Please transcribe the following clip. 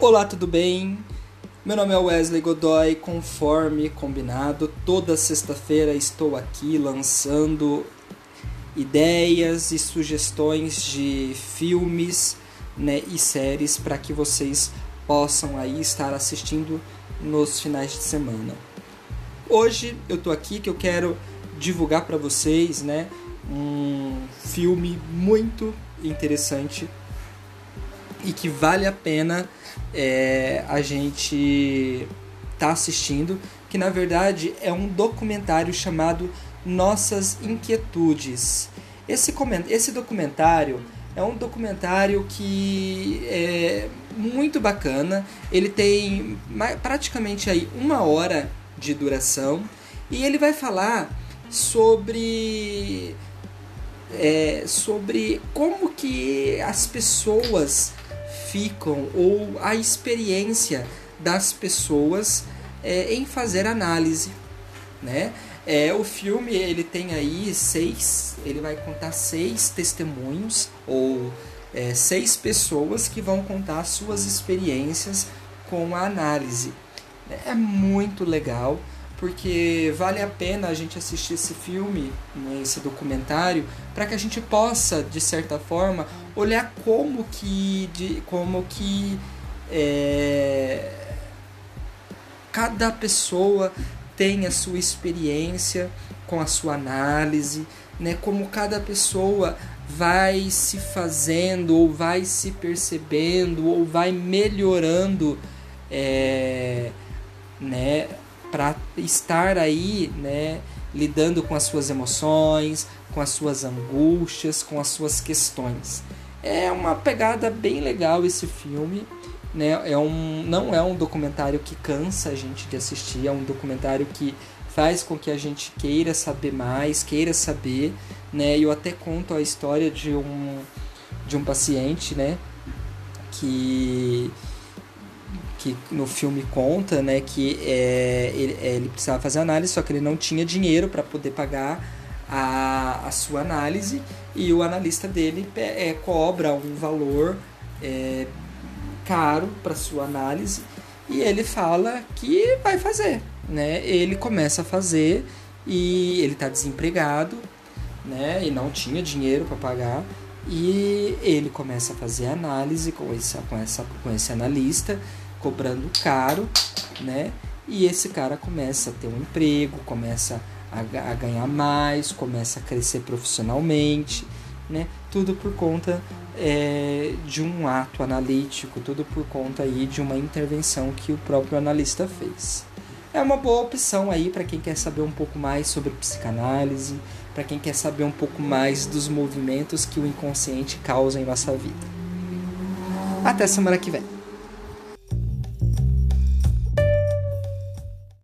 Olá, tudo bem? Meu nome é Wesley Godoy, conforme combinado, toda sexta-feira estou aqui lançando ideias e sugestões de filmes, e séries para que vocês possam aí estar assistindo nos finais de semana. Hoje eu tô aqui que eu quero divulgar para vocês, um filme muito interessante e que vale a pena a gente tá assistindo, que na verdade é um documentário chamado Nossas Inquietudes. Esse documentário é um documentário que é muito bacana. Ele tem praticamente aí 1 hora de duração e ele vai falar sobre como que as pessoas ficam, ou a experiência das pessoas em fazer análise, o filme ele tem aí ele vai contar 6 testemunhos, ou 6 pessoas que vão contar suas experiências com a análise. É muito legal, porque vale a pena a gente assistir esse filme, esse documentário, para que a gente possa, de certa forma, olhar como que cada pessoa tem a sua experiência com a sua análise, como cada pessoa vai se fazendo, ou vai se percebendo, ou vai melhorando, para estar aí, lidando com as suas emoções, com as suas angústias, com as suas questões. É uma pegada bem legal esse filme, não é um documentário que cansa a gente de assistir, é um documentário que faz com que a gente queira saber mais, queira saber, Eu até conto a história de um paciente, que no filme conta, que ele precisava fazer análise, só que ele não tinha dinheiro para poder pagar a sua análise, e o analista dele cobra um valor caro para sua análise, e ele fala que vai fazer, Ele começa a fazer, e ele está desempregado, e não tinha dinheiro para pagar, e ele começa a fazer análise com esse analista, cobrando caro, e esse cara começa a ter um emprego, começa a ganhar mais, começa a crescer profissionalmente, tudo por conta de um ato analítico, tudo por conta aí de uma intervenção que o próprio analista fez. É uma boa opção aí para quem quer saber um pouco mais sobre psicanálise, para quem quer saber um pouco mais dos movimentos que o inconsciente causa em nossa vida. Até semana que vem.